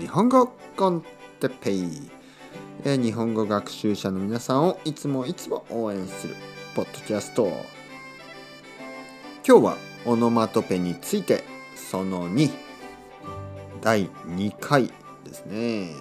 日本語コンテッペイ、日本語学習者の皆さんをいつも応援するポッドキャスト。今日はオノマトペについてその2第2回ですね。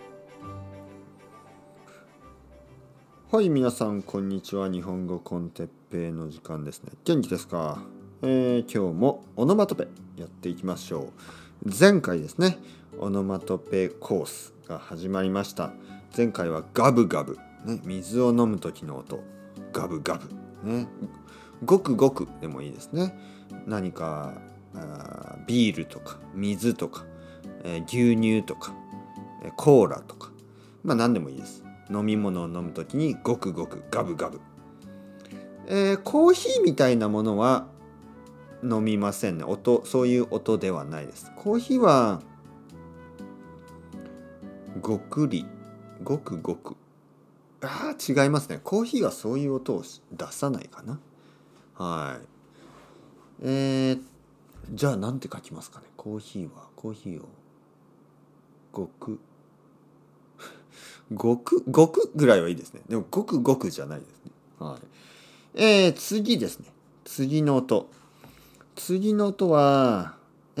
はい、皆さんこんにちは。日本語コンテッペイの時間ですね。元気ですか？今日もオノマトペやっていきましょう。前回ですね、オノマトペコースが始まりました。前回はガブガブ、ね、水を飲む時の音、ガブガブ、ね、ごくごくでもいいですね。何かビールとか水とか、牛乳とか、コーラとか、何でもいいです。飲み物を飲む時にごくごくガブガブ、コーヒーみたいなものは飲みませんね。そういう音ではないです。コーヒーはごくり、ごくごく、違いますね。コーヒーはそういう音を出さないかな。はい。じゃあなんて書きますかね。コーヒーをごくごくごくぐらいはいいですね。でもごくごくじゃないですね。はい。次ですね。次の音は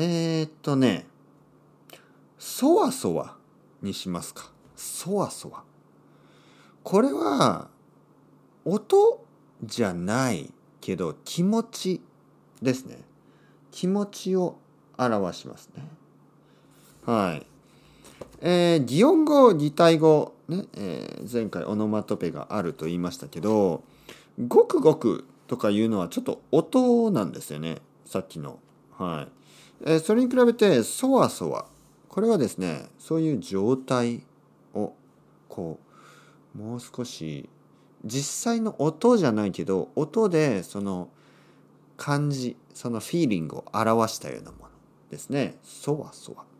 そわそわにしますか。そわそわ。これは音じゃないけど気持ちですね。気持ちを表しますね。はい。擬音語、擬態語、ね、前回オノマトペがあると言いましたけど、ごくごくとかいうのはちょっと音なんですよね。さっきの。はい。それに比べてそわそわ。これはですね、そういう状態をもう少し実際の音じゃないけど、音でその感じ、そのフィーリングを表したようなものですね。そわそわ。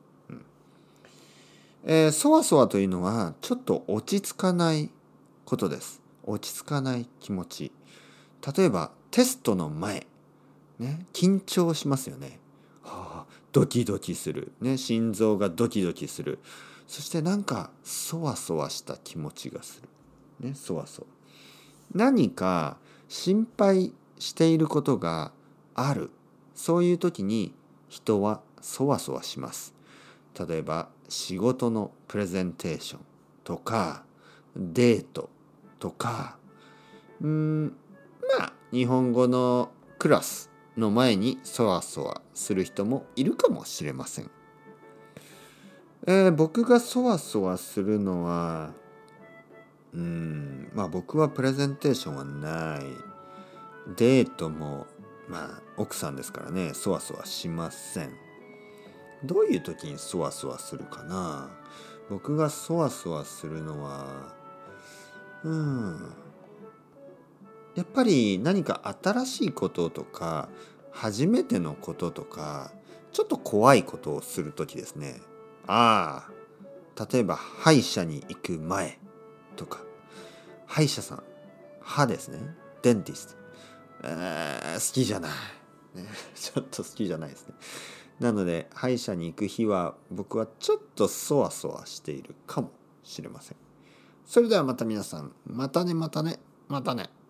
そわそわというのはちょっと落ち着かないことです。落ち着かない気持ち。例えばテストの前、ね、緊張しますよね。ドキドキする、ね、心臓がドキドキする。そしてなんかそわそわした気持ちがする、ね、そわそわ。何か心配していることがある。そういう時に人はそわそわします。例えば仕事のプレゼンテーションとかデートとか、日本語のクラスの前にそわそわする人もいるかもしれません。僕がそわそわするのは僕はプレゼンテーションはない。デートも奥さんですからね、そわそわしません。どういう時にそわそわするかな。僕がそわそわするのはやっぱり何か新しいこととか初めてのこととかちょっと怖いことをする時ですね。例えば歯医者に行く前とか、歯医者さん、歯ですね、デンティスト、好きじゃない、ね、ちょっと好きじゃないですね。なので歯医者に行く日は僕はちょっとそわそわしているかもしれません。それではまた皆さん、またね。